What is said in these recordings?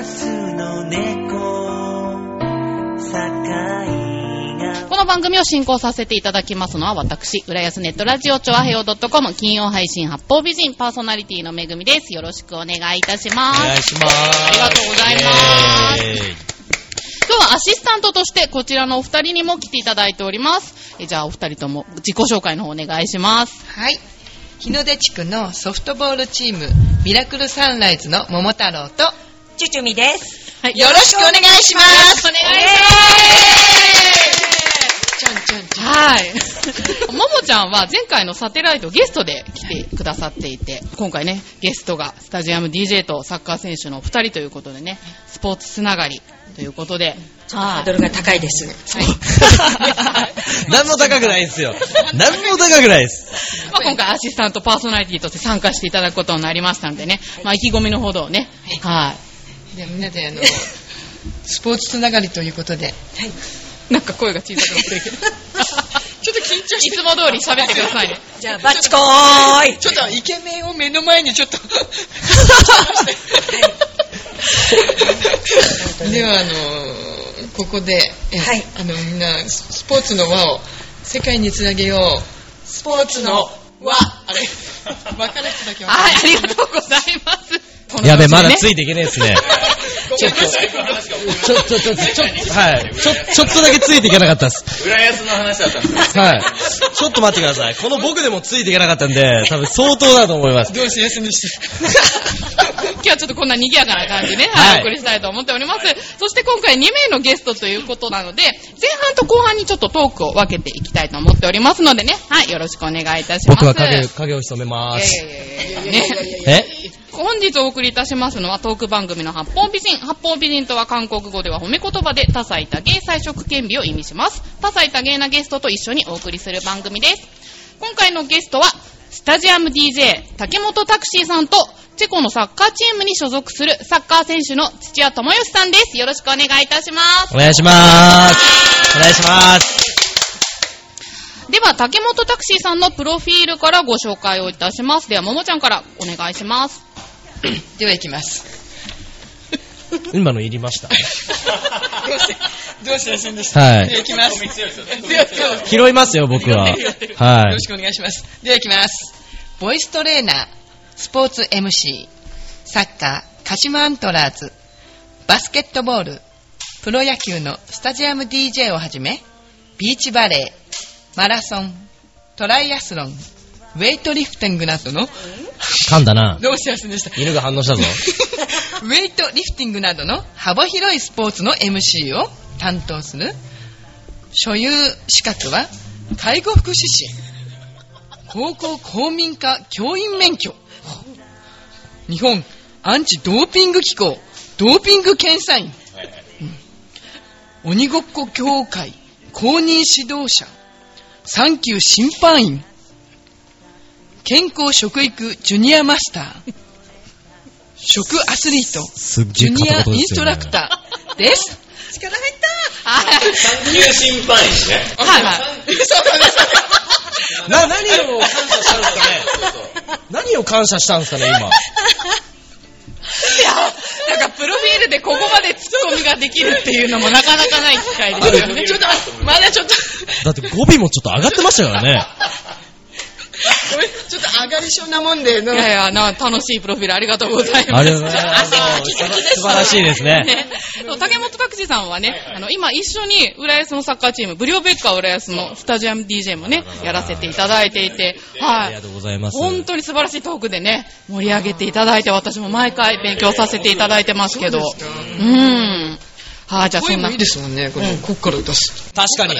スの猫この番組を進行させていただきますのは私、浦安ネットラジオチョアヘオ .com 金曜配信八方美人パーソナリティのめぐみです。よろしくお願いいたします。 お願いします。 ありがとうございます。今日はアシスタントとしてこちらのお二人にも来ていただいております。じゃあお二人とも自己紹介の方お願いします。 はい。日の出地区のソフトボールチームミラクルサンライズの桃太郎とチュチュミです。 はい、よろしくお願いします。 お願いします。はい。ももちゃんは前回のサテライトゲストで来てくださっていて、今回ね、ゲストがスタジアム DJ とサッカー選手の2人ということでね、スポーツつながりということで、 ちょっとハードルが高いです。 はい。 何も高くないですよ。何も高くないです。 まあ、今回アシスタントパーソナリティとして参加していただくことになりましたんでね、まあ、意気込みのほどをね、はい。 でみんなでスポーツつながりということで、はい、 なんか声が小さくなってるけどちょっと緊張していつも通り喋ってくださいね。 じゃあバッチコーイ。 ちょっとイケメンを目の前にちょっとではここで、はい、みんなスポーツの輪を世界につなげよう。スポーツの輪、あれ分かる人だけ分かる。 はい、ありがとうございます。 やべ、まだついていけねえですね。ちょっとだけついていけなかったです。 浦安の話だったんです。 はい。ちょっと待ってください。この僕でもついていけなかったんで、多分相当だと思います。 どうして休みにして。 今日はちょっとこんな賑やかな感じね、 はい、 お送りしたいと思っております。そして今回2名のゲストということなので、前半と後半にちょっとトークを分けていきたいと思っておりますのでね、はい、よろしくお願いいたします。 僕は影を潜めます。 本日お送りいたしますのはトーク番組の八方美人。八方美人とは韓国語では褒め言葉で多彩多芸彩色兼備を意味します。多彩多芸なゲストと一緒にお送りする番組です。今回のゲストはスタジアム DJ 竹本タクシーさんとチェコのサッカーチームに所属するサッカー選手の土屋智義さんです。よろしくお願いいたします。 お願いします。お願いします。 では竹本タクシーさんのプロフィールからご紹介をいたします。ではももちゃんからお願いします。 では行きます。 今のいりました。 どうして休んでした。 はい。 では行きます。 拾いますよ僕は。はい。よろしくお願いします。では行きます。ボイストレーナー、スポーツ MC、サッカー鹿島アントラーズ、バスケットボール、プロ野球のスタジアム DJ をはじめ、ビーチバレー、マラソン、トライアスロン、ウェイトリフティングなどの噛んだな。 どうして休んでした。 犬が反応したぞ。 ウェイトリフティングなどの幅広いスポーツの MC を担当する。所有資格は介護福祉士、高校公民科教員免許、日本アンチドーピング機構ドーピング検査員、鬼ごっこ協会公認指導者、産休審判員、健康食育ジュニアマスター、食アスリートジュニアインストラクターです。 力入った。 産休審判員ね。 はいはい。 何を感謝したんですかね。何を感謝したんですかね今。 いや、なんかプロフィールでここまでツッコミができるっていうのもなかなかない機会ですよね。 ちょっとまだちょっとだって語尾もちょっと上がってましたからね。 ごめん、ちょっと上がり症なもんで。 いや楽しいプロフィールありがとうございます。 ありがとうございます。素晴らしいですね。 竹本拓司さんはね、今一緒に浦安のサッカーチームブリオベッカー浦安のスタジアム DJ もねやらせていただいていて、はい、 ありがとうございます。 本当に素晴らしいトークでね盛り上げていただいて、私も毎回勉強させていただいてますけど、はい、じゃあそんな声もいいですもんね。こっから出す。 確かに。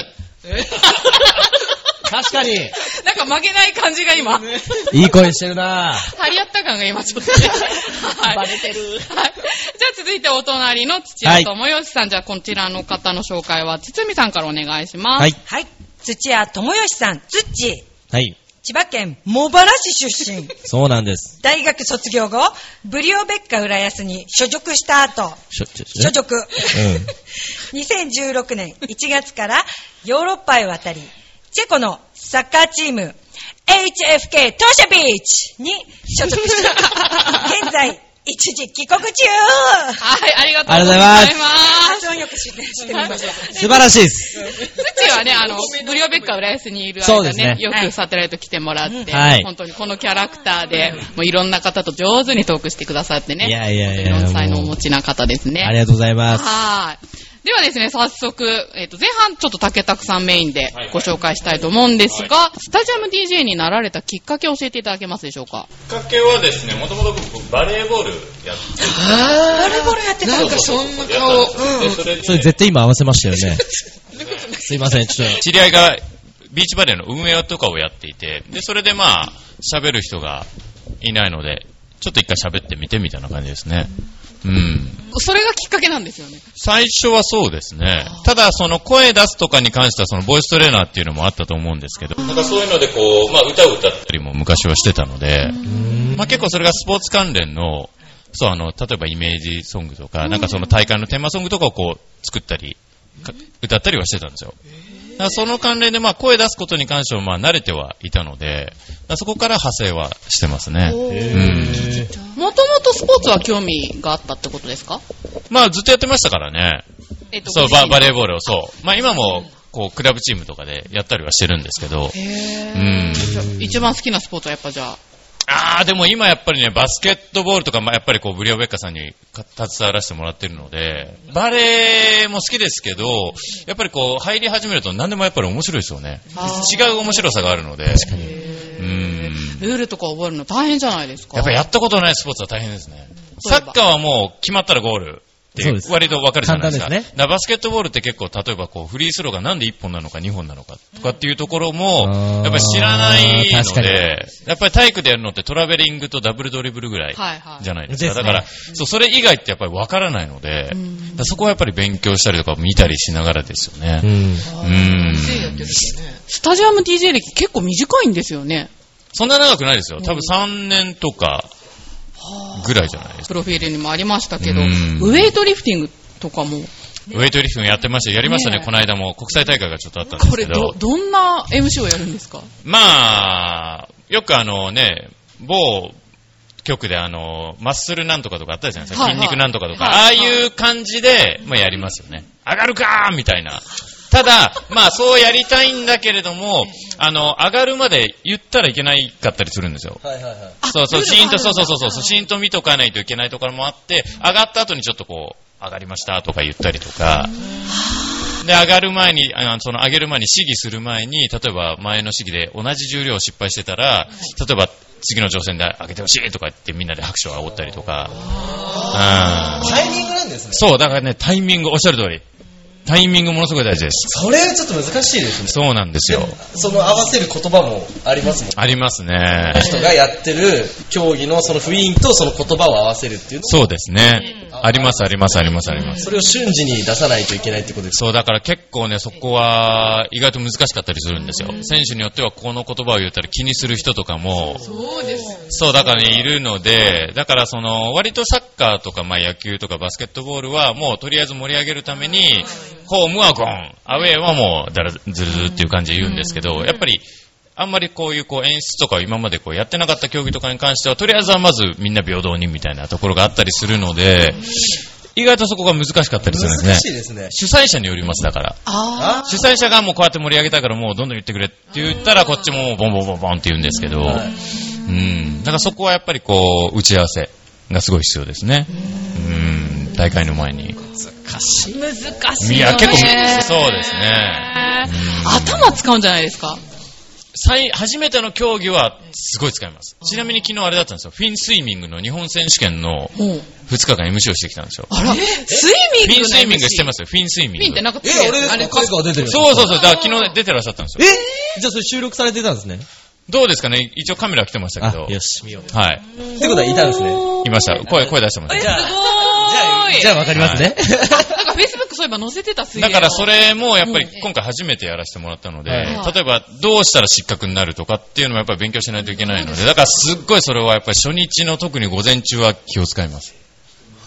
確かに。 なんか負けない感じが今。 いい声してるな。 張り合った感が今ちょっとね。はい、バレてる。はい。じゃあ続いてお隣の土屋智義さん、じゃあこちらの方の紹介は堤さんからお願いします。 はい。はい。土屋智義さん、ツッチ。 はい。 千葉県茂原市出身。 そうなんです。 大学卒業後、ブリオベッカ浦安に所属した後、所属。2016年1月からヨーロッパへ渡り、チェコのサッカーチーム HFK トーシャビーチに所属した。現在一時帰国中。 はい、ありがとうございます。 発音よくしてみましょう。 素晴らしいです。 土はね、ブリオベッカ浦安にいる間ね、よくサテライト来てもらって、本当にこのキャラクターで、もういろんな方と上手にトークしてくださってね。いろんな才能をお持ちな方ですね。 ありがとうございます。 はい。ではですね、早速、前半ちょっと竹拓さんメインでご紹介したいと思うんですが、スタジアム DJ になられたきっかけを教えていただけますでしょうか。 きっかけはですね、もともと僕バレーボールやってて。 バレーボールやってた。 なんかそんな顔。 それ絶対今合わせましたよね。すいません、ちょっと。 知り合いがビーチバレーの運営とかをやっていて、で、それでまあ、喋る人がいないので、ちょっと一回喋ってみてみたいな感じですね。うん。 それがきっかけなんですよね。 最初はそうですね。ただ、その声出すとかに関しては、そのボイストレーナーっていうのもあったと思うんですけど、なんかそういうのでこう、まあ歌を歌ったりも昔はしてたので、まあ結構それがスポーツ関連の、そう、例えばイメージソングとか、なんかその大会のテーマソングとかをこう作ったり、歌ったりはしてたんですよ。だからその関連でまあ声出すことに関してはまあ慣れてはいたので、そこから派生はしてますね。 もともとスポーツは興味があったってことですか？ まあずっとやってましたからね。そう、バレーボールをそう。まあ今もこうクラブチームとかでやったりはしてるんですけど。 一番好きなスポーツはやっぱじゃあ、でも今やっぱりね、バスケットボールとか、まあ、やっぱりこう、ブリオベッカさんに携わらせてもらってるので、バレーも好きですけど、やっぱりこう、入り始めると何でもやっぱり面白いですよね。違う面白さがあるので。確かに。 ルールとか覚えるの大変じゃないですか？ やっぱりやったことないスポーツは大変ですね。サッカーはもう決まったらゴール。って割と分かるじゃないですか。簡単ですね。バスケットボールって結構例えばこうフリースローがなんで1本なのか2本なのかとかっていうところもやっぱり知らないので、やっぱり体育でやるのってトラベリングとダブルドリブルぐらいじゃないですか。だからそうそれ以外ってやっぱり分からないので、そこはやっぱり勉強したりとか見たりしながらですよね。 スタジアム DJ 歴結構短いんですよね。 そんな長くないですよ。多分3年とか。ぐらいじゃないですか。 プロフィールにもありましたけど、ウェイトリフティングとかも。 ウェイトリフティングやってました。やりましたね、この間も。国際大会がちょっとあったんですけど。 これどんな MC をやるんですか？ まあ、よく某局でマッスルなんとかとかあったじゃないですか。筋肉なんとかとか。ああいう感じで、まあやりますよね。上がるかーみたいな。ただ、まあそうやりたいんだけれども、上がるまで言ったらいけないかったりするんですよ。そう、シーンと、シーンと見とかないといけないところもあって、上がった後にちょっとこう、上がりましたとか言ったりとか、で、上がる前に、上げる前に試技する前に、例えば前の試技で同じ重量を失敗してたら、例えば次の挑戦で上げてほしいとか言ってみんなで拍手を煽ったりとか。 タイミングなんですね。 そう、だからね、タイミング、おっしゃる通り。タイミングものすごい大事です。 それはちょっと難しいですね。 そうなんですよ。 その合わせる言葉もありますもんね。 ありますね。 人がやってる競技のその雰囲気とその言葉を合わせるっていう。 そうですね。あります。 それを瞬時に出さないといけないってことですか？ そう、だから結構ね、そこは意外と難しかったりするんですよ。選手によってはこの言葉を言ったら気にする人とかも。 そうです。 そう、だからね、いるので、だから割とサッカーとか、まあ野球とかバスケットボールはもうとりあえず盛り上げるために、ホームはゴン、アウェーはもうズルズルっていう感じで言うんですけど、やっぱりあんまりこういう演出とか今までやってなかった競技とかに関しては、とりあえずはまずみんな平等にみたいなところがあったりするので、意外とそこが難しかったりするんですね。 難しいですね。 主催者によります、だから。主催者がもうこうやって盛り上げたからもうどんどん言ってくれって言ったら、こっちももうボンボンボンボンって言うんですけど、だからそこはやっぱり打ち合わせがすごい必要ですね。大会の前に。 難しいよね。 いや、結構、そうですね。 頭使うんじゃないですか？ 初めての競技はすごい使います。ちなみに昨日あれだったんですよ。フィンスイミングの日本選手権の2日間 MC をしてきたんですよ。 あら、スイミングの MC？ フィンスイミングしてますよ。フィンスイミング。フィンってなんかあれ、カズカが出てる。 そう。だから昨日出てらっしゃったんですよ。 じゃあそれ収録されてたんですね。 どうですかね？一応カメラ来てましたけど。 よし、見よう。 はい。 ってことはいたんですね。 いました。声出してました。 じゃあわかりますね。 なんか Facebook そういえば載せてただからそれもやっぱり今回初めてやらせてもらったので、例えばどうしたら失格になるとかっていうのもやっぱり勉強しないといけないので、だからすっごいそれはやっぱり初日の特に午前中は気を使います。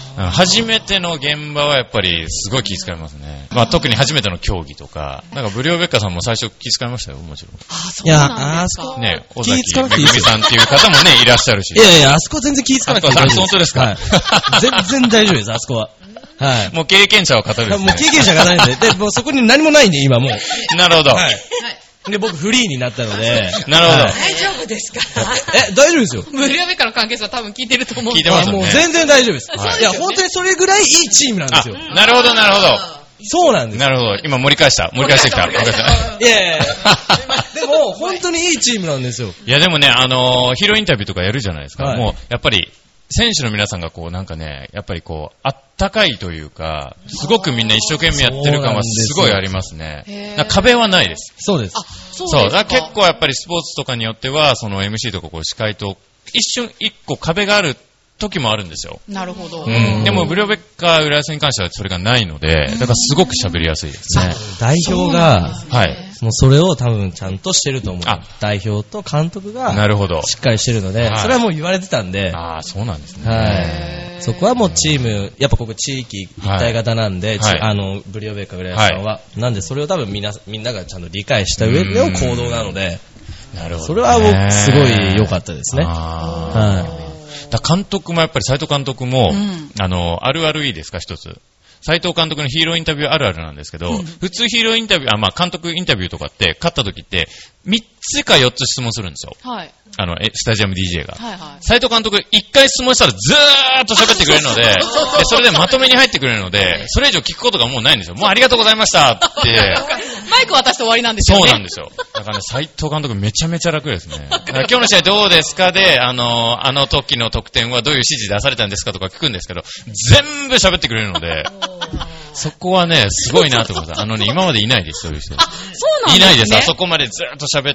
初めての現場はやっぱりすごい気遣いますね。まあ特に初めての競技とか、なんかブリオベッカさんも最初気遣いましたよ、もちろん。 そうなんですか。 ね、尾気崎遣わなくていいですよめぐみさんっていう方もね、いらっしゃるし。 いやいや、あそこ全然気遣わなくて大丈夫です。 本当ですかはい。全然大丈夫です、あそこは。はい。 もう経験者を語るですね。 もう経験者がないんで。で、もうそこに何もないんで、今もう。 なるほど。 はい。で、僕フリーになったので。 なるほど。 はい大丈夫ですか？ 大丈夫ですよ。 ブリオベッカの関係者は多分聞いてると思うんで。 聞いてますよね。 もう全然大丈夫です。 はいいや、本当にそれぐらいいいチームなんですよ。 なるほど、なるほど。 そうなんですよ。 なるほど。今盛り返してきた。盛り返してきた。 いやいやでも、本当にいいチームなんですよ。 いやでもね、ヒーローインタビューとかやるじゃないですか。 はいもう、やっぱり、選手の皆さんがこう、なんかね、やっぱりこう、あったかいというか、すごくみんな一生懸命やってる感はすごいありますね。なんか壁はないです。 そうです。 そう。だから結構やっぱりスポーツとかによっては、その MC とかこう司会と、一瞬一個壁がある時もあるんですよ。 なるほど。 でも、ブリオベッカー浦安に関してはそれがないので、だからすごく喋りやすいですね。 代表が、 はい。 もうそれを多分ちゃんとしてると思う。 あ代表と監督が、 なるほど。 しっかりしてるので、 はいそれはもう言われてたんで、 ああ、そうなんですね。 はい。そこはもうチーム、やっぱここ地域一体型なんで、 はいブリオベッカ浦安さんは、なんでそれを多分みんながちゃんと理解した上での行動なので、 なるほどね。 それは僕すごい良かったですね。 あーだ監督もやっぱり斉藤監督も、あるあるいいですか一つ。斉藤監督のヒーローインタビューあるあるなんですけど、普通ヒーローインタビュー、まあ監督インタビューとかって勝った時って3つか4つ質問するんですよ。 はい。 スタジアム DJ が。 はいはい。 斉藤監督1回質問したらずーっと喋ってくれるので、でそれでまとめに入ってくれるので、それ以上聞くことがもうないんですよ。もうありがとうございましたって。 マイク渡して終わりなんですよね。 そうなんですよ。だからね、斉藤監督めちゃめちゃ楽ですね。だから今日の試合どうですかで、あの時の得点はどういう指示出されたんですかとか聞くんですけど、全部喋ってくれるので、そこはね、すごいなと思います。今までいないです、そういう人。 そうなんですね。 いないです。あそこまでずっと喋って、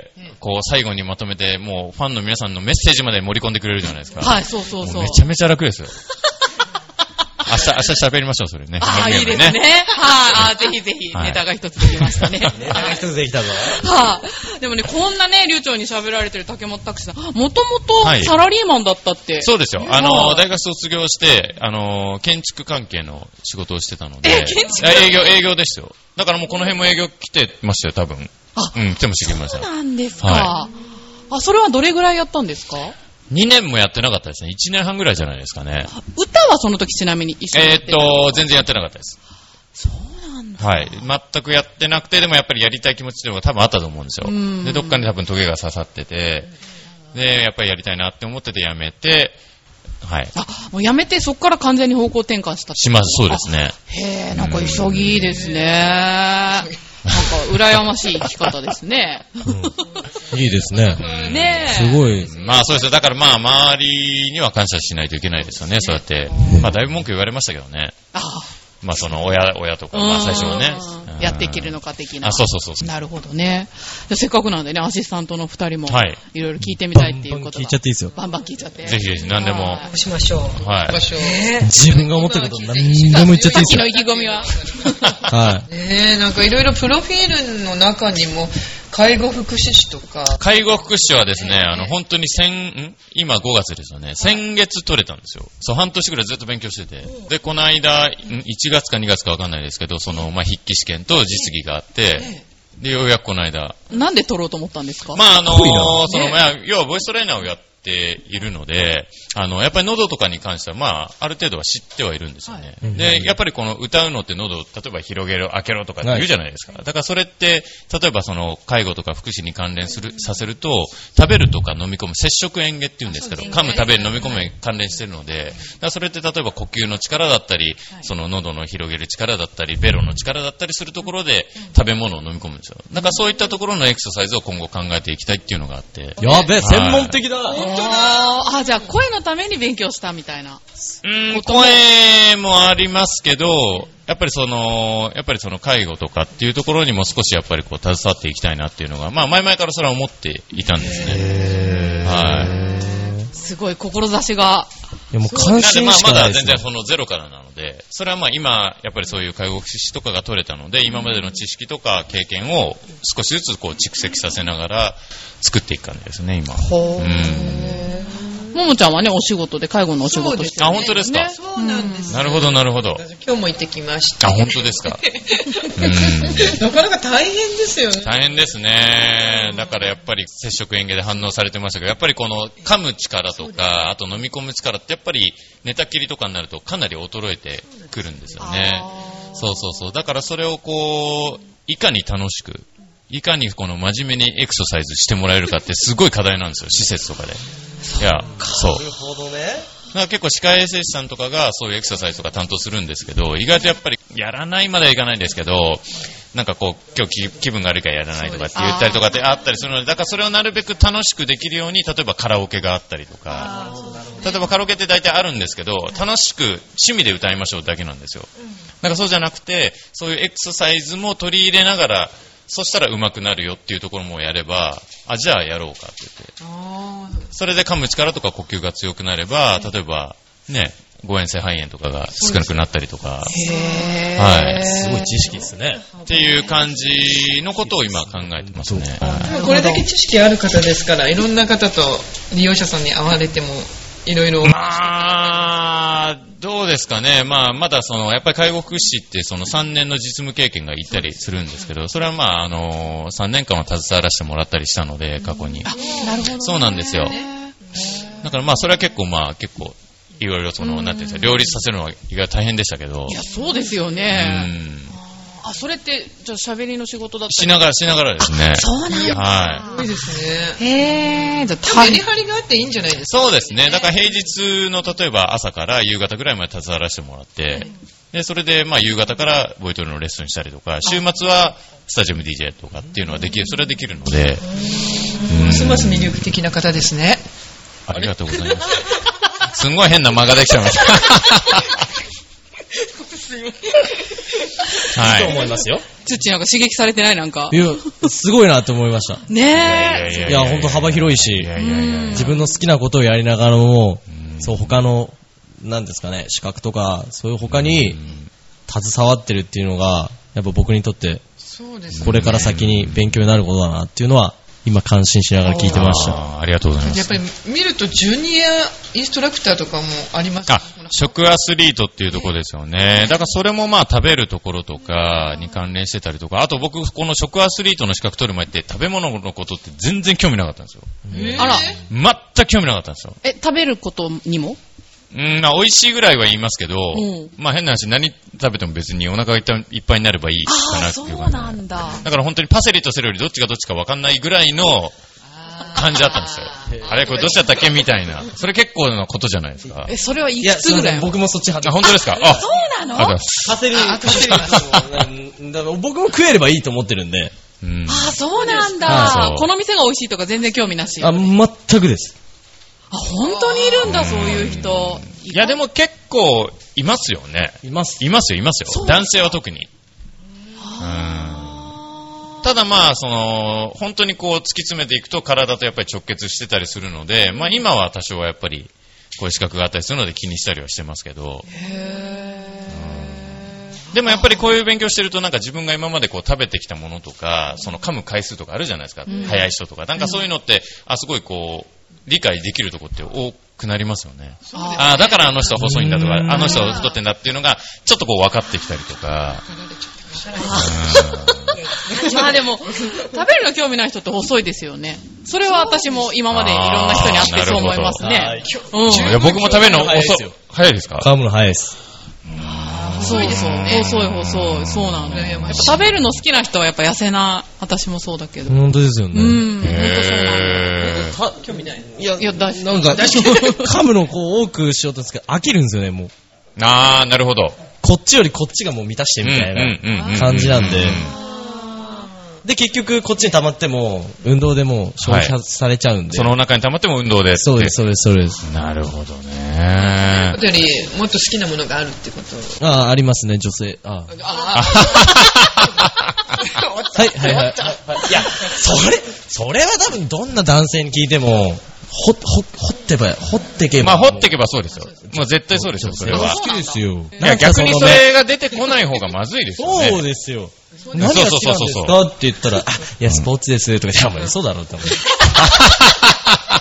こう、最後にまとめて、もう、ファンの皆さんのメッセージまで盛り込んでくれるじゃないですか。 はい、そうそうそう。 もうめちゃめちゃ楽ですよ。明日喋りましょう、それね。 いいですね。はい、ぜひぜひ、ネタが一つできましたね。 ネタが一つできたぞ。 はい。でもね、こんなね、流暢に喋られてる竹本拓司さん、もともとサラリーマンだったって。 そうですよ。大学卒業して、建築関係の仕事をしてたので。 建築営業ですよ。だからもうこの辺も営業来てましたよ、多分。来てました、来ました。 そうなんですか。それはどれぐらいやったんですか ？2年もやってなかったですね。1年半ぐらいじゃないですかね。 歌はその時ちなみに一緒にやって全然やってなかったです。 そうなんだ。 はい。全くやってなくて、でもやっぱりやりたい気持ちっていうのが多分あったと思うんですよ。で、どっかに多分トゲが刺さってて、で、やっぱりやりたいなって思っててやめて、はい。 もうやめてそこから完全に方向転換したします、そうですね。 へぇ、なんか潔いですね。なんか、羨ましい生き方ですね。 いいですね。 ねすごい。 まあそうですよ。だからまあ、周りには感謝しないといけないですよね、そうやって。まあ、だいぶ文句言われましたけどね。まあその親とか、まあ最初はね。 やっていけるのか的な。 そうそう。 なるほどね。じゃせっかくなんでね、アシスタントの二人も、 はい。 いろいろ聞いてみたいっていうこと聞いちゃっていいですよ。 バンバン聞いちゃって。 ぜひぜひ、何でも。 しましょう。 はい。 自分が思ってること何でも言っちゃっていいですよ。 さっきの意気込みは。 はい。 なんかいろいろプロフィールの中にも、介護福祉士とか。 介護福祉士はですね、本当に今5月ですよね。先月取れたんですよ。そう、半年ぐらいずっと勉強してて。で、この間、1月か2月かわかんないですけど、まあ、筆記試験と実技があって、で、ようやくこの間。 なんで取ろうと思ったんですか？ まあ、要はボイストレーナーをやっているので、やっぱり喉とかに関しては、まあ、ある程度は知ってはいるんですよね。で、やっぱりこの歌うのって喉を、例えば広げる、開けろとかって言うじゃないですか。だからそれって、例えばその、介護とか福祉に関連させると、食べるとか飲み込む、接触嚥下って言うんですけど、噛む、食べる、飲み込むに関連してるので、だからそれって例えば呼吸の力だったり、その喉の広げる力だったり、ベロの力だったりするところで、食べ物を飲み込むんですよ。だからそういったところのエクササイズを今後考えていきたいっていうのがあって。 やべえ、専門的だ。 じゃあ声のために勉強したみたいな。 声もありますけど、やっぱりその介護とかっていうところにも少しやっぱりこう携わっていきたいなっていうのが、まあ前々からそれは思っていたんですね。はい。 すごい志が。 いやもう関心しかないです、 まだ全然そのゼロからなので、それはまあ今やっぱりそういう介護福祉士とかが取れたので、今までの知識とか経験を少しずつこう蓄積させながら作っていく感じですね、今。 ももちゃんはね、お仕事で介護のお仕事してる。 あ、本当ですか。 そうなんです。 なるほど、なるほど。 今日も行ってきました。 あ、本当ですか。 なかなか大変ですよね。 大変ですね。だからやっぱり接触嚥下で反応されてましたけど、やっぱりこの噛む力とか、あと飲み込む力ってやっぱり寝たきりとかになるとかなり衰えてくるんですよね。そうそうそう。だからそれをこう、いかに楽しく、いかにこの真面目にエクササイズしてもらえるかってすごい課題なんですよ、施設とかで。いや、そう。 なるほどね。 だから結構歯科衛生士さんとかがそういうエクササイズとか担当するんですけど、意外とやっぱりやらないまではいかないんですけど、なんかこう、今日気分が悪いからやらないとかって言ったりとかってあったりするので、だからそれをなるべく楽しくできるように、例えばカラオケがあったりとか、例えばカラオケって大体あるんですけど、楽しく趣味で歌いましょうだけなんですよ。だからそうじゃなくて、そういうエクササイズも取り入れながら、そしたら上手くなるよっていうところもやれば、あ、じゃあやろうかって言って。それで噛む力とか呼吸が強くなれば、例えば、ね、誤嚥性肺炎とかが少なくなったりとか。はい。 すごい知識ですね。 っていう感じのことを今考えてますね。 でもこれだけ知識ある方ですから、いろんな方と利用者さんに会われても、いろいろ。 まあ、どうですかね。まあ、まだやっぱり介護福祉士って3年の実務経験がいったりするんですけど、それはまあ、3年間は携わらせてもらったりしたので、過去に。 なるほど。 そうなんですよ。だからまあ、それは結構、いろいろなんていうんですか、両立させるのは意外と大変でしたけど。 いや、そうですよね。あ、それって、じゃあ喋りの仕事だったりしながらですね。 そうなんだ。 はい。 いいですね。 へー。じゃあ、メリハリがあっていいんじゃないですか。 そうですね。だから平日の例えば朝から夕方ぐらいまで携わらせてもらって、で、それでまあ夕方からボイトレのレッスンしたりとか、週末はスタジアム DJ とかっていうのはそれはできるので。 ますます魅力的な方ですね。 ありがとうございます。すんごい変な間ができちゃいました。 はい。いいと思いますよ。 土なんか刺激されてないなんか。 いや、すごいなと思いました。 ねえ。 いや、ほんと幅広いし、自分の好きなことをやりながらも、そう、他の、なんですかね、資格とか、そういう他に、携わってるっていうのが、やっぱ僕にとって、これから先に勉強になることだなっていうのは、今感心しながら聞いてました。 ありがとうございます。 やっぱり見るとジュニアインストラクターとかもありますか？ 食アスリートっていうところですよね。だからそれもまあ食べるところとかに関連してたりとか、あと僕この食アスリートの資格取る前って食べ物のことって全然興味なかったんですよ。 あら。 全く興味なかったんですよ。 食べることにも？ まあ美味しいぐらいは言いますけど、まあ変な話何食べても別にお腹がいっぱいになればいいかなっていう感じ。 そうなんだ。 だから本当にパセリとセロリどっちがどっちか分かんないぐらいの感じだったんですよ。あれこれどうしちゃったっけみたいな。それ結構なことじゃないですか。 それはいくつぐらい？ 僕もそっち派。 あ、本当ですか？ あ、そうなの？ パセリ僕も食えればいいと思ってるんで。 あ、そうなんだ。この店が美味しいとか全然興味なし。 あ、全くです。 あ、本当にいるんだ、そういう人。 いや、でも結構いますよね。いますよ。男性は特に。ただまあ、本当にこう突き詰めていくと体とやっぱり直結してたりするので、まあ今は多少はやっぱりこういう資格があったりするので気にしたりはしてますけど。でもやっぱりこういう勉強してるとなんか自分が今までこう食べてきたものとか、噛む回数とかあるじゃないですか。早い人とか。なんかそういうのって、すごいこう、理解できるとこって多くなりますよね。だからあの人は細いんだとか、あの人は太ってんだっていうのが、ちょっとこう分かってきたりとか。 まあでも、食べるの興味ない人って細いですよね。それは私も今までいろんな人に会ってそう思いますね。 いや僕も食べるの早いですか？ 噛むの早いです。 そうですよね。細い。そうなの。やっぱ食べるの好きな人はやっぱ痩せな、私もそうだけど。 本当ですよね。 本当そうなの。 興味ない。 いや、 なんか、噛むのこう多くしようとすると飽きるんですよね、もう。 なるほど。 こっちよりこっちがもう満たしてみたいな感じなんで。で、結局こっちに溜まっても、運動でも消費されちゃうんで。 そのお腹に溜まっても運動で。 そうです。 なるほどね。 よりもっと好きなものがあるってこと。 ありますね、女性。はい。いや、それは多分どんな男性に聞いても、掘ってけば。 まあ、掘ってけばそうですよ。もう絶対そうですよ、それは。 好きですよ。 いや、逆にそれが出てこない方がまずいですよね。 そうですよ。何が好きなんですかって言ったら、いや、スポーツですとか、いや、もう嘘だろって思う。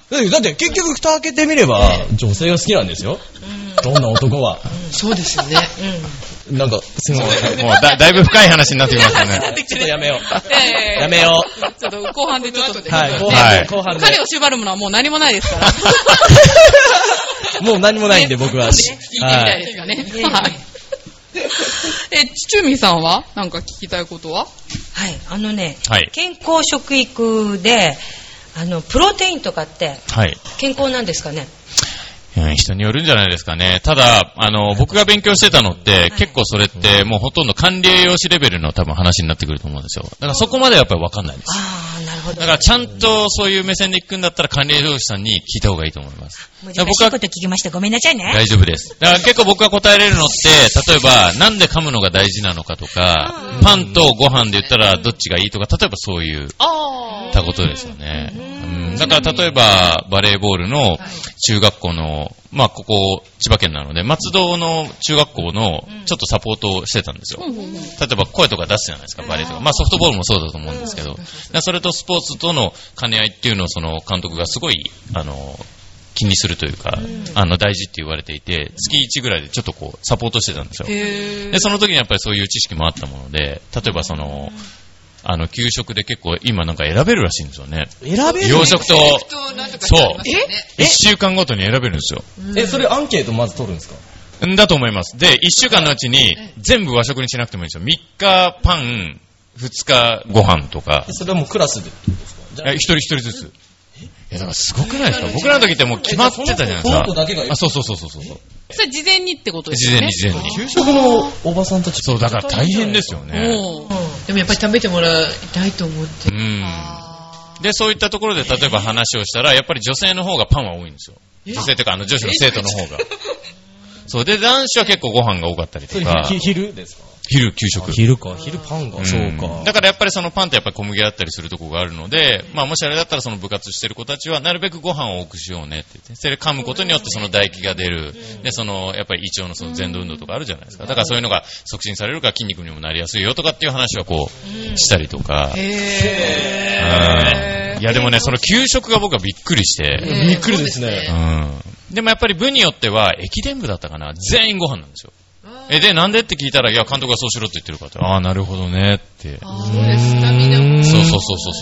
だって結局蓋開けてみれば、女性が好きなんですよ。どんな男は。 そうですよね。 なんか、すごい。 もうだいぶ深い話になってきましたね。 ちょっとやめよう。 ややめよう。 ちょっと後半でちょっと。 はい、後半で。 彼を縛るものはもう何もないですから。 もう何もないんで僕は。 聞いてみたいですかね。はい。ちちゅみさんはなんか聞きたいことは？ はい、 はい、 健康食育で、プロテインとかって、健康なんですかね？ 人によるんじゃないですかね。ただ、僕が勉強してたのって、結構それって、もうほとんど管理栄養士レベルの多分話になってくると思うんですよ。だからそこまではやっぱりわかんないです。 なるほど。 だからちゃんとそういう目線で行くんだったら管理栄養士さんに聞いた方がいいと思います。 難しいこと聞きました。ごめんなさいね。 大丈夫です。だから結構僕が答えれるのって、例えば、なんで噛むのが大事なのかとか、パンとご飯で言ったらどっちがいいとか、例えばそういう、たことですよね。だから例えば、バレーボールの中学校の、まあここ千葉県なので、松戸の中学校のちょっとサポートをしてたんですよ。例えば声とか出すじゃないですか、バレーとか。まあソフトボールもそうだと思うんですけど、それとスポーツとの兼ね合いっていうのをその監督がすごい、気にするというか、大事って言われていて、月1ぐらいでちょっとこう、サポートしてたんですよ。で、その時にやっぱりそういう知識もあったもので、例えばその、給食で結構今なんか選べるらしいんですよね。 選べる？ 洋食と、そう。 1 週間ごとに選べるんですよ。 それアンケートまず取るんですか？ だと思います。で、1週間のうちに全部和食にしなくてもいいんですよ。3日パン、2日ご飯とか。 それはもうクラスでってことですか？ 一人ずつ。だからすごくないですか？僕らの時ってもう決まってたじゃないですか。 その子だけがいい。 そう。 それ事前にってことですよね。 事前に。 給食のおばさんたち。 そう、だから大変ですよね。 でもやっぱり食べてもらいたいと思って。 で、そういったところで例えば話をしたら、やっぱり女性の方がパンは多いんですよ。女性というか女子の生徒の方が。そう。で、男子は結構ご飯が多かったりとか。 昼ですか？ 昼、給食。 昼パンが。そうか。 だからやっぱりそのパンってやっぱり小麦だったりするところがあるので、まあもしあれだったらその部活してる子たちはなるべくご飯を多くしようねって言って、それ噛むことによってその唾液が出る。で、その、やっぱり胃腸のその前動運動とかあるじゃないですか。だからそういうのが促進されるから筋肉にもなりやすいよとかっていう話はこう、したりとか。いやでもね、その給食が僕はびっくりして。 びっくりですね。 でもやっぱり部によっては、駅伝部だったかな、全員ご飯なんですよ。で、なんでって聞いたら、いや、監督がそうしろって言ってるからって、なるほどねって。 そうです、スタミナ。 そう。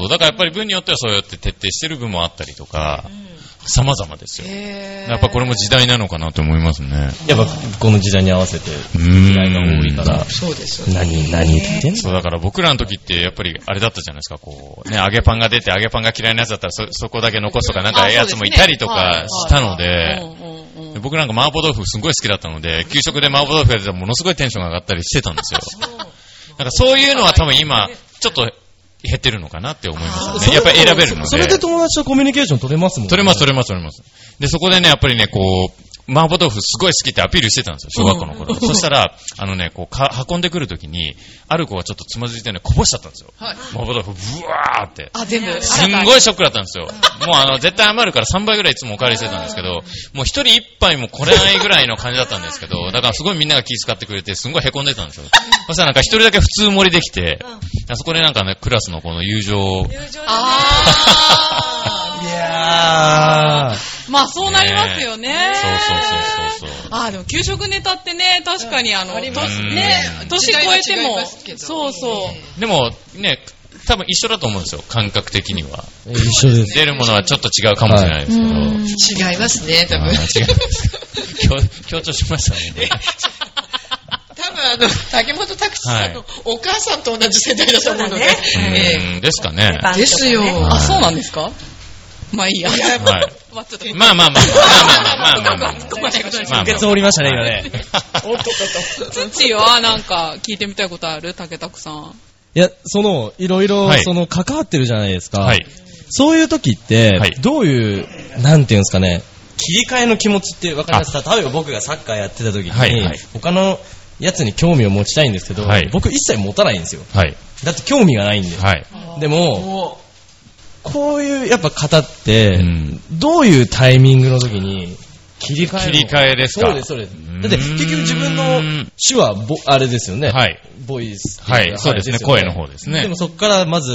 だからやっぱり部によってはそうやって徹底してる部もあったりとか、様々ですよ。やっぱこれも時代なのかなと思いますね。 やっぱこの時代に合わせて、時代が多いから。 そうですよね。 何言ってんの？ そう、だから僕らの時ってやっぱりあれだったじゃないですか、こう、ね、揚げパンが出て揚げパンが嫌いなやつだったらそこだけ残すとかなんかやつもいたりとかしたので、僕なんか麻婆豆腐すごい好きだったので、給食で麻婆豆腐が出たらものすごいテンションが上がったりしてたんですよ。なんかそういうのは多分今、ちょっと減ってるのかなって思いますね。やっぱり選べるので。 それで友達とコミュニケーション取れますもんね。 取れます。で、そこでね、やっぱりね、こう、麻婆豆腐すごい好きってアピールしてたんですよ、小学校の頃。そしたら、こう、運んでくるときに、ある子がちょっとつまずいてね、こぼしちゃったんですよ。麻婆豆腐、ブワーって。 全部。 すんごいショックだったんですよ。もう絶対余るから3倍ぐらいいつもお借りしてたんですけど、もう一人一杯も来れないぐらいの感じだったんですけど、だからすごいみんなが気遣ってくれて、すんごい凹んでたんですよ。そしたらなんか一人だけ普通盛りできて、そこでなんかね、クラスのこの友情。 いやー。まあそうなりますよね。そう。でも給食ネタってね、確かに年超えても、そう。 でもね、多分一緒だと思うんですよ、感覚的には。 一緒です。 出るものはちょっと違うかもしれないですけど。 違いますね、多分。 違います。強調しましたね。 多分竹本拓司さんのお母さんと同じ世代だと思うので。 ですかね。 ですよ。 そうなんですか？まあいいや。 まあ。 受け積もりましたね、今ね。 つちはなんか聞いてみたいことある？竹拓さん。 いや、いろいろ、関わってるじゃないですか。 はい。 そういう時って、どういう、なんていうんですかね、切り替えの気持ちってわかりますか？例えば僕がサッカーやってた時に、他のやつに興味を持ちたいんですけど、僕一切持たないんですよ。だって興味がないんで。でも、こういうやっぱ方って、どういうタイミングの時に切り替えですか？ そうです。だって結局自分の手話あれですよね。ボイス。 そうですね、声の方ですね。 でもそこからまず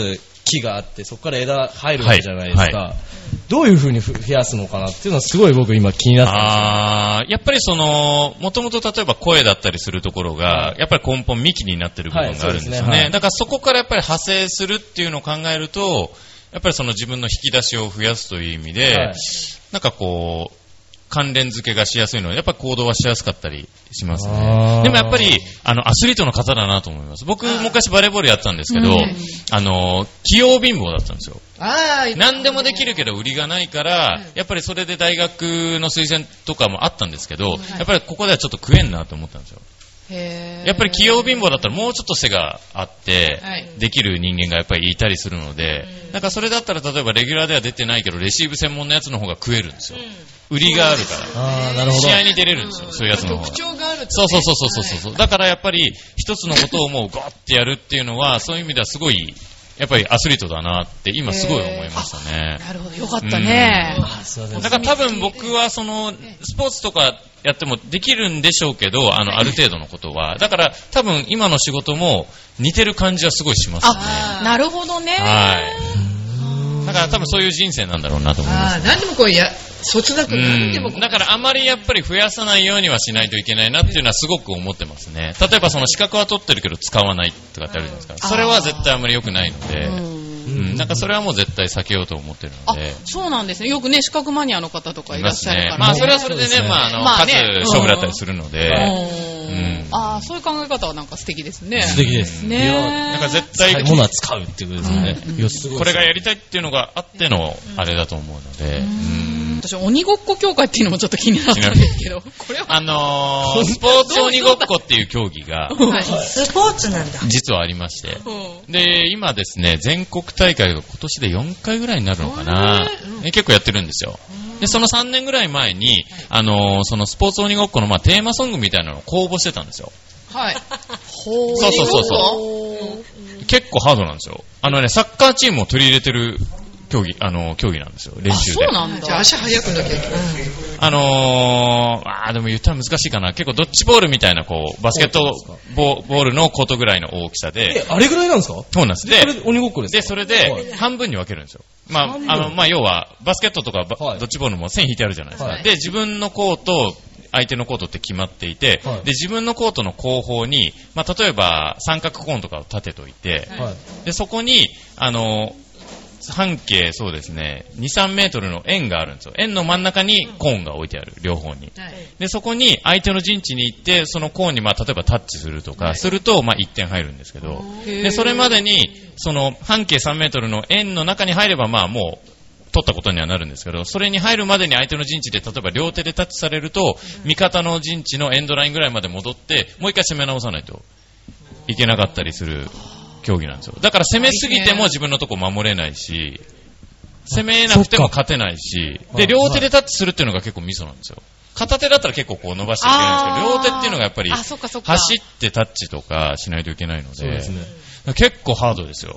木があって、そこから枝入るわけじゃないですか。どういう風に増やすのかなっていうのはすごい僕今気になってます。 やっぱりもともと例えば声だったりするところが、やっぱり根本幹になってる部分があるんですよね。だからそこからやっぱり派生するっていうのを考えると、やっぱり自分の引き出しを増やすという意味で、なんか関連付けがしやすいので、やっぱり行動はしやすかったりしますね。でもやっぱり、アスリートの方だなと思います。僕、昔バレーボールやってたんですけど、器用貧乏だったんですよ。何でもできるけど売りがないから、やっぱりそれで大学の推薦とかもあったんですけど、やっぱりここではちょっと食えんなと思ったんですよ。やっぱり器用貧乏だったらもうちょっと背があって、できる人間がやっぱりいたりするので、だからそれだったら例えばレギュラーでは出てないけど、レシーブ専門のやつの方が食えるんですよ。売りがあるから。なるほど。試合に出れるんですよ、そういうやつの方が。特徴があるとね。そう。だからやっぱり一つのことをもうゴーってやるっていうのは、そういう意味ではすごい、やっぱりアスリートだなって今すごい思いましたね。 なるほど、よかったね。 だから多分僕はスポーツとかやってもできるんでしょうけど、ある程度のことは。だから多分今の仕事も似てる感じはすごいしますね。 なるほどね。 だから多分そういう人生なんだろうなと思います、ね。 何でもそつなく何でもだからあまりやっぱり増やさないようにはしないといけないなっていうのはすごく思ってますね。例えば資格は取ってるけど使わないとかってあるじゃないですか。それは絶対あまり良くないので。なんかそれはもう絶対避けようと思ってるので。 そうなんですね。よくね、資格マニアの方とかいらっしゃるから、ね。 まあそれはそれでね、数勝負だったりするので。 そういう考え方はなんか素敵ですね。 素敵ですね。 なんか絶対物は使うっていうことですよね。 これがやりたいっていうのがあってのあれだと思うので。 私、鬼ごっこ協会っていうのもちょっと気になったんですけど、これはスポーツ鬼ごっこっていう競技が、 スポーツなんだ。 実はありまして。で、今ですね、全国大会が今年で4回ぐらいになるのかな。結構やってるんですよ。で、その3年ぐらい前に、そのスポーツ鬼ごっこのテーマソングみたいなのを公募してたんですよ。そう。結構ハードなんですよ。サッカーチームを取り入れてる競技なんですよ、練習で。 そうなんだ。 じゃあ足速くなきゃいけない。 でも言ったら難しいかな。結構ドッジボールみたいな、バスケットボールのコートぐらいの大きさで。 あれぐらいなんですか？ そうなんです。で、 それ鬼ごっこですか？ で、それで、半分に分けるんですよ。要は、バスケットとかドッジボールも線引いてあるじゃないですか。で、自分のコート、相手のコートって決まっていて、で、自分のコートの後方に、例えば、三角コーンとかを立てといて、で、そこに、半径そうですね、2、3メートルの円があるんですよ。円の真ん中にコーンが置いてある、両方に。で、そこに相手の陣地に行って、そのコーンに例えばタッチするとか、すると、1点入るんですけど、で、それまでに、半径3メートルの円の中に入れば、もう、取ったことにはなるんですけど、それに入るまでに相手の陣地で、例えば両手でタッチされると、味方の陣地のエンドラインぐらいまで戻って、もう一回攻め直さないといけなかったりする競技なんですよ。だから攻めすぎても自分のとこ守れないし、攻めなくても勝てないし、で、両手でタッチするっていうのが結構ミソなんですよ。片手だったら結構伸ばしていけないんですけど、両手っていうのがやっぱり、走ってタッチとかしないといけないので、結構ハードですよ。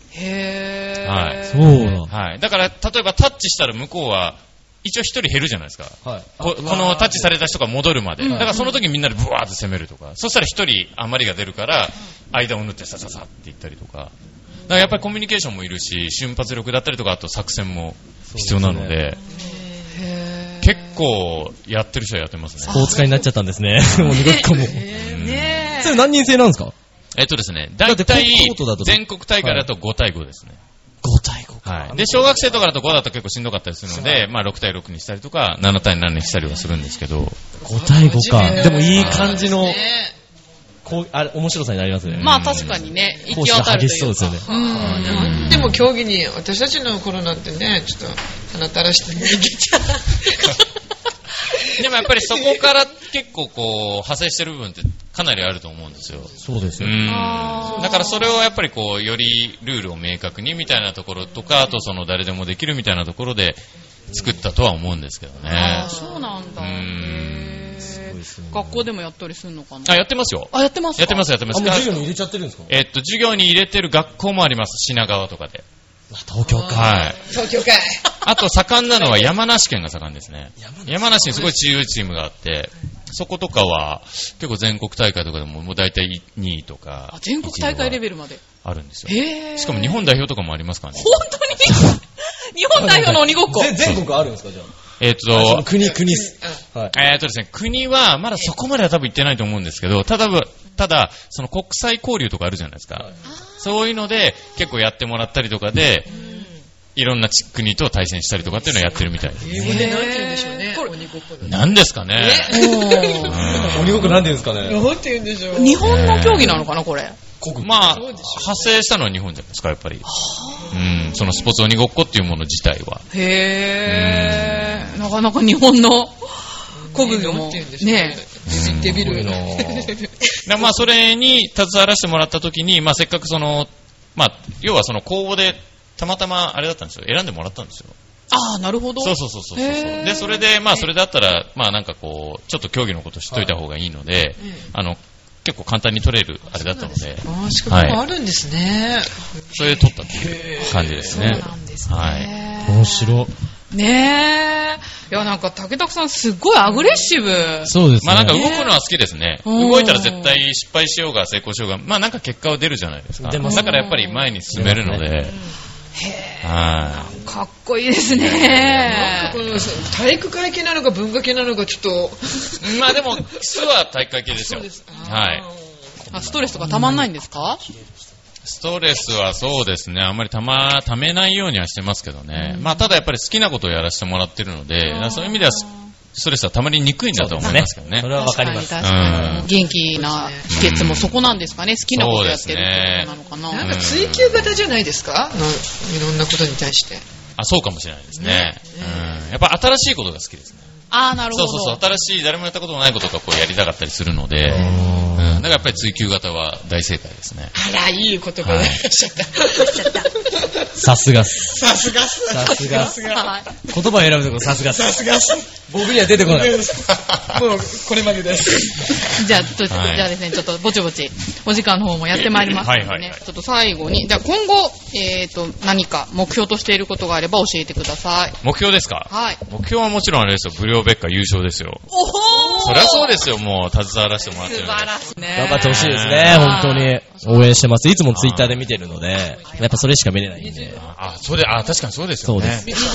だから、例えばタッチしたら向こうは、一応一人減るじゃないですか。このタッチされた人が戻るまで。だからその時みんなでブワーって攻めるとか。そしたら一人余りが出るから、間を縫ってさささっていったりとか。だからやっぱりコミュニケーションもいるし、瞬発力だったりとか、あと作戦も必要なので、結構やってる人はやってますね。 スポーツ家になっちゃったんですね。鬼ごっこも。それ何人制なんですか？ ですね、だいたい全国大会だと5対5ですね。 5対5 か。で、小学生とかだと5だと結構しんどかったりするので、6対6にしたりとか、7対7にしたりはするんですけど。 5対5か。でもいい感じの、面白さになりますね。 確かにね、行き当たるというか。激しそうですよね。でも競技に、私たちの頃なんてね、ちょっと鼻垂らして逃げちゃう。 でもやっぱりそこから結構派生してる部分ってかなりあると思うんですよ。 そうですよ。 だからそれをやっぱりよりルールを明確にみたいなところとか、あと誰でもできるみたいなところで作ったとは思うんですけどね。 そうなんだ。学校でもやったりするのかな？ やってますよ。 やってますか？ やってます。 授業に入れちゃってるんですか？ 授業に入れてる学校もあります。品川とかで。 東京か。 東京か。 あと盛んなのは山梨県が盛んですね。山梨にすごい強いチームがあって、そことかは結構全国大会とかでももう大体2位とか。 全国大会レベルまで。 あるんですよ。 へー。 しかも日本代表とかもありますからね。 本当に日本代表の鬼ごっこ。 全国あるんですか、じゃあ。国っす。はい。 ですね、国はまだそこまでは多分行ってないと思うんですけど、ただ、その国際交流とかあるじゃないですか。はい、そういうので、結構やってもらったりとかで、いろんな国と対戦したりとかっていうのをやってるみたいです。 英語で何て言うんでしょうね、鬼ごっこ。 何ですかね。 鬼ごっこ何て言うんですかね。 何て言うんでしょう。 日本の競技なのかな、これ。 まあ、派生したのは日本じゃないですか、やっぱり。そのスポーツ鬼ごっこっていうもの自体は。 へー。なかなか日本の国技もね、 知ってみるの。 まあ、それに携わらせてもらった時に、まあ、せっかくまあ、要はその公募で、たまたまあれだったんですよ。選んでもらったんですよ。 ああ、なるほど。 そう。で、それで、まあ、それだったら、まあ、なんかこう、ちょっと競技のこと知っといた方がいいので、結構簡単に取れるあれだったので。 資格もあるんですね。 それで取ったっていう感じですね。 そうなんですね。 はい。 面白い。 ねえ。いや、なんか、竹田さんすっごいアグレッシブ。 そうですね。 まあなんか動くのは好きですね。動いたら絶対失敗しようが成功しようが、まあなんか結果は出るじゃないですか。だからやっぱり前に進めるので。 かっこいいですね。 なんかこの体育会系なのか文化系なのかちょっと。 まあでも、基礎は体育会系ですよ。はい。 ストレスとかたまんないんですか？ ストレスはそうですね、あんまりためないようにはしてますけどね。まあただやっぱり好きなことをやらせてもらってるので、そういう意味ではストレスはたまりにくいんだと思いますけどね。 それはわかります。 確かに元気な秘訣もそこなんですかね。好きなことやってるってことなのかな。 なんか追求型じゃないですか？いろんなことに対して。 そうかもしれないですね。やっぱ新しいことが好きですね。 なるほど。 そう。新しい、誰もやったことのないことがこうやりたかったりするので、だからやっぱり追求型は大正解ですね。 あら、いい言葉が出しちゃった。 さすがっす。 言葉を選ぶところさすがっす。僕には出てこない。もう、これまでです。 じゃあですね、ちょっとぼちぼち、お時間の方もやってまいりますのでね、ちょっと最後に、じゃあ今後、何か目標としていることがあれば教えてください。 目標ですか？ はい。 目標はもちろんあれですよ、ブリオベッカ優勝ですよ。 おほー！ そりゃそうですよ、もう、携わらせてもらってる素晴らしいね。 頑張ってほしいですね、本当に。応援してます。いつもツイッターで見てるので、やっぱそれしか見れないんで。 確かにそうですよね。 そうです。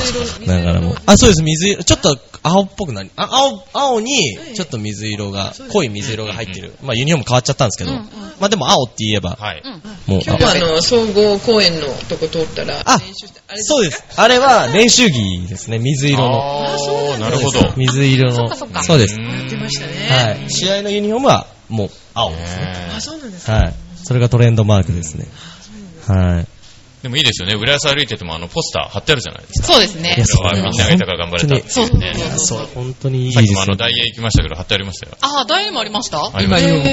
だからもう、そうです、水色、ちょっと青っぽくなり、青に、ちょっと水色が、濃い水色が入ってる。まあユニフォーム変わっちゃったんですけど、まあでも青って言えば、 もう。今日は総合公園のとこ通ったら、 そうです。あれは練習着ですね、水色の。 なるほど。 水色の。そうです。 やってましたね。 はい。試合のユニフォームは、もう青ですね。 そうなんですか。 はい。それがトレンドマークですね。はい。 でもいいですよね。浦安歩いててもポスター貼ってあるじゃないですか。 そうですね。 みんなが豊か頑張れたっていうね。 そう、本当にいいですね。 さっきも大英行きましたけど貼ってありましたよ。 大英もありました？ 今言う。はい。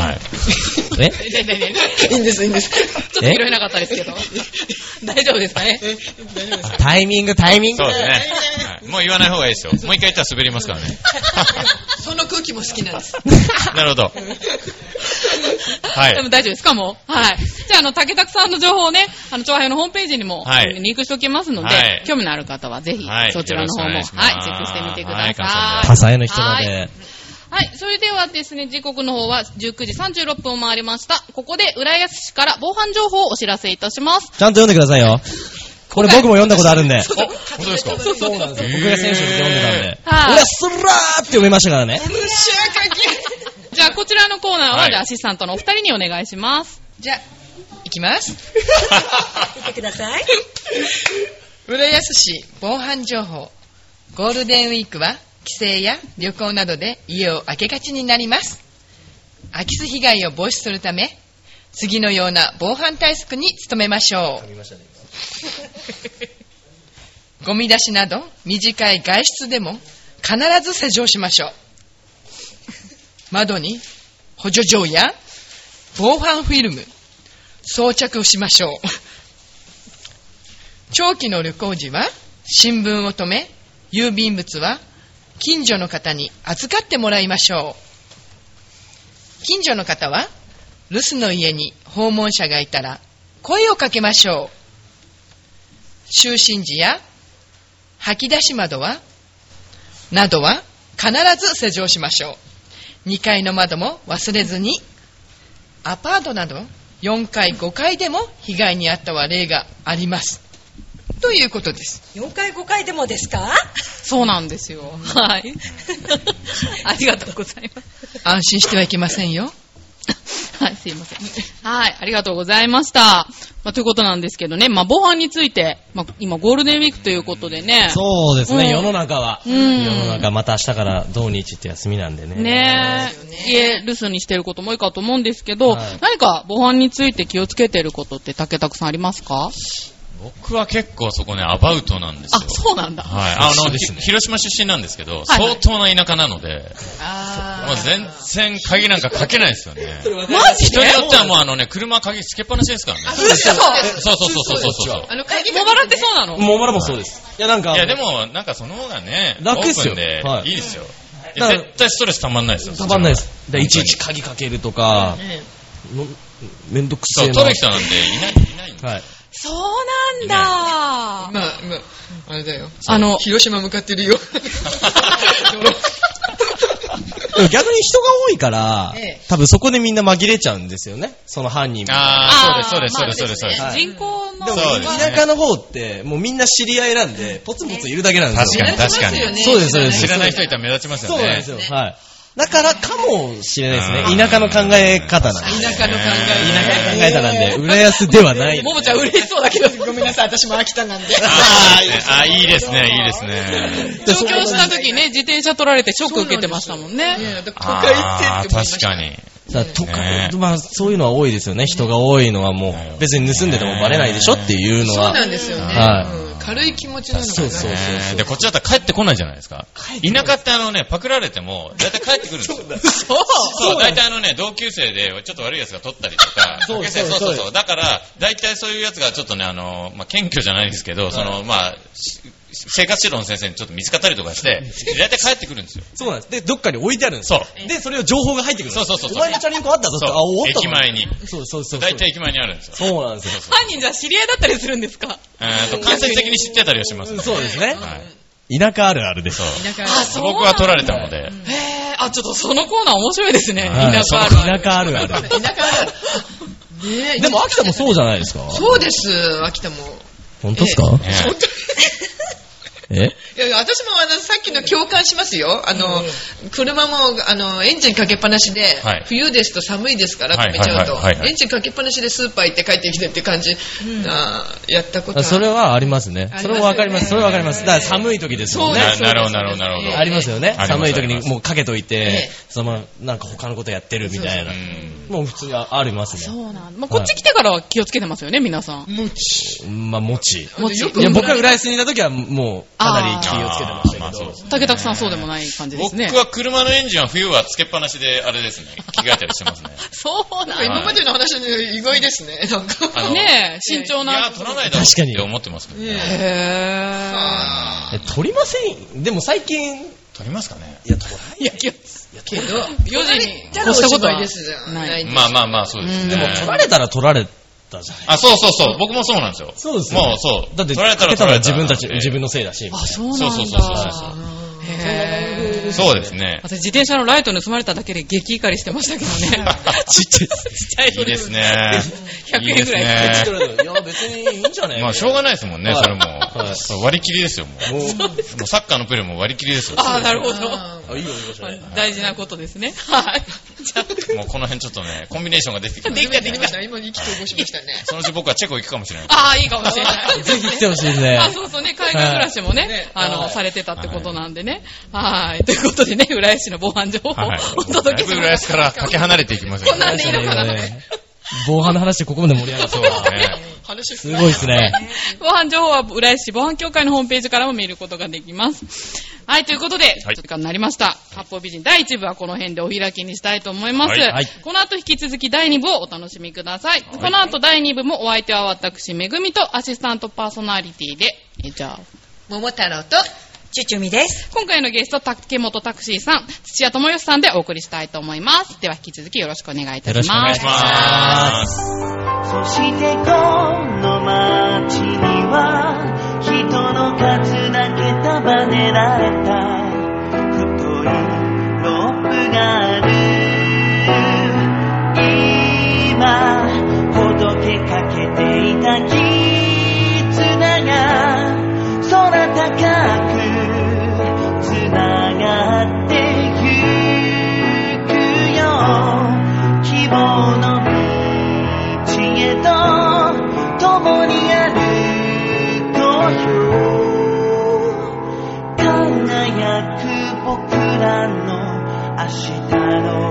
いいんです。ちょっと拾えなかったですけど。大丈夫ですかね？ タイミング。 そうですね。もう言わない方がいいですよ。もう一回言ったら滑りますからね。 その空気も好きなんです。 なるほど。はい。 でも大丈夫ですかもう？はい。じゃあ、竹田さんの情報をね、調和平のホームページにもリンクしておきますので、興味のある方はぜひ、そちらの方も、チェックしてみてください。 多彩の人まで。 はい。それではですね、時刻の方は19時36分を回りました。ここで浦安市から防犯情報をお知らせいたします。 ちゃんと読んでくださいよ。これ僕も読んだことあるんで。 本当ですか？ そうなんですよ。僕が選手で読んでたんで。俺はスラーって読めましたからね。 じゃあ、こちらのコーナーは、アシスタントのお二人にお願いします。 じゃあ、いきます。 見てください。 浦安市防犯情報。ゴールデンウィークは帰省や旅行などで家を空けがちになります。空き巣被害を防止するため、次のような防犯対策に努めましょう。ゴミ出しなど短い外出でも必ず施錠しましょう。窓に補助錠や防犯フィルム装着しましょう。長期の旅行時は新聞を留め、郵便物は近所の方に預かってもらいましょう。近所の方は留守の家に訪問者がいたら声をかけましょう。就寝時や吐き出し窓などは必ず施錠しましょう。2階の窓も忘れずに。アパートなど 4回5回でも被害に遭ったは例がありますということです。 4回5回でもですか？ そうなんですよ。はい。ありがとうございます。 安心してはいけませんよ。 はい、すいません。はい、ありがとうございました。ということなんですけどね、防犯について、今ゴールデンウィークということでね。 そうですね、世の中は。世の中また明日から土日って休みなんでね。 ねえ、家留守にしてることも多いかと思うんですけど、何か防犯について気をつけてることって竹田さんありますか？ 僕は結構そこね、アバウトなんですよ。 あ、そうなんだ。 はい。広島出身なんですけど、相当な田舎なので、もう全然鍵なんかかけないですよね。 マジで？ 人によってはもう車鍵つけっぱなしですからね。 そう。 鍵茂原ってそうなの？ 茂原もそうです。 いやでも、なんかその方がね、 楽ですよ。 オープンでいいですよ。絶対ストレスたまんないですよ。 たまんないです。いちいち鍵かけるとか、めんどくせえな。 そう、取る人なんていないんで。はい。 そうなんだ。 今、あれだよ。広島向かってるよ。 逆に人が多いから、多分そこでみんな紛れちゃうんですよね。その犯人も。 そうです。 人口の。 でも田舎の方って、もうみんな知り合いなんで、ポツポツいるだけなんですよ。 確かに。 そうです。 知らない人いたら目立ちますよね。 そうなんですよ。はい。だからかもしれないですね。田舎の考え方なんで。 田舎の考え方なんで、浦安ではない。 ももちゃん嬉しそうだけど、ごめんなさい、私も秋田なんで。 いいですね。 上京した時ね、自転車取られてショック受けてましたもんね。 都会って思いました。 確かに。 都会、そういうのは多いですよね。人が多いのはもう、別に盗んでてもバレないでしょっていうのは。 そうなんですよね。軽い気持ちなのかな。 そう。で、こっちだったら帰ってこないじゃないですか。田舎ってパクられても、だいたい帰ってくるんですよ。そう、だいたい同級生で、ちょっと悪い奴が取ったりとか、そう。だから、だいたいそういう奴がちょっとね、謙虚じゃないですけど、生活指導の先生にちょっと見つかったりとかして、だいたい帰ってくるんですよ。 そうなんです。で、どっかに置いてあるんですよ。で、それを情報が入ってくるんです。 そう。 お前のチャリンコあったぞって、 駅前に。 そう。 だいたい駅前にあるんですよ。 そうなんですよ。 犯人じゃ知り合いだったりするんですか？ 間接的に知ってたりはします。 そうですね。田舎あるあるです。 僕は取られたので。 ちょっとそのコーナー面白いですね。 田舎あるある。 田舎あるある。 でも秋田もそうじゃないですか？ そうです、秋田も。 本当ですか？ いや私もさっきの共感しますよ。車もエンジンかけっぱなしで、冬ですと寒いですから止めちゃうと、エンジンかけっぱなしでスーパー行って帰ってきてって感じ、やったことはそれはありますね。それはわかります。だから寒い時ですもんね。 なるほど。 ありますよね。寒い時にもうかけといて、なんか他のことやってるみたいな。もう普通にありますね。 そうなんだ。こっち来てからは気をつけてますよね、皆さん。 餅。いや、僕が浦安にいた時はもうかなり気をつけてましたけど。 竹田さんそうでもない感じですね。 僕は車のエンジンは冬はつけっぱなしであれですね。着替えたりしてますね。 そうなんだ。 今までの話で意外ですね。なんかね慎重な。 いや、取らないだろうって思ってますけどね。 取りません。でも最近取りますかね。 いや、取らない。 いや、けど4時に越したことはない。 まあそうですね。 でも取られたら取られたじゃない。 そう。僕もそうなんですよ。 そうですよ。 もうそう。 だって取られたら自分のせいだし。 そうなんだ。 そうですね。 私自転車のライト盗まれただけで激怒りしてましたけどね。 ちっちゃい。 いいですね。 100円ぐらい。 いや、別にいいんじゃない？ まあしょうがないですもんね、それも。割り切りですよ、もう。サッカーのプレーも割り切りですよ。 なるほど。大事なことですね。はい。 じゃもうこの辺ちょっとね、コンビネーションが出てきました。 できました。今意気投合しましたね。 そのうち僕はチェコ行くかもしれない。 いいかもしれない。 ぜひ来てほしいですね。 そうね、海外暮らしもね、されてたってことなんでね。はい。ということでね、浦安市の防犯情報をお届けします。 浦安からかけ離れていきますよね。 こんなんでいいのかな。 防犯の話でここまで盛り上がった。そうですね。すごいですね。 防犯情報は浦安市防犯協会のホームページからも見ることができます。はい、ということで、時間になりました。八方美人第1部はこの辺でお開きにしたいと思います。この後引き続き第2部をお楽しみください。この後第2部もお相手は私、めぐみとアシスタントパーソナリティで、じゃあ、 桃太郎と、 ちゅちゅみです。 今回のゲスト、竹本タクシーさん、土屋智義さんでお送りしたいと思います。では引き続きよろしくお願いいたします。 よろしくお願いします。 そしてこの街には人の数だけ束ねられた太いロープがある。今く僕らの明日の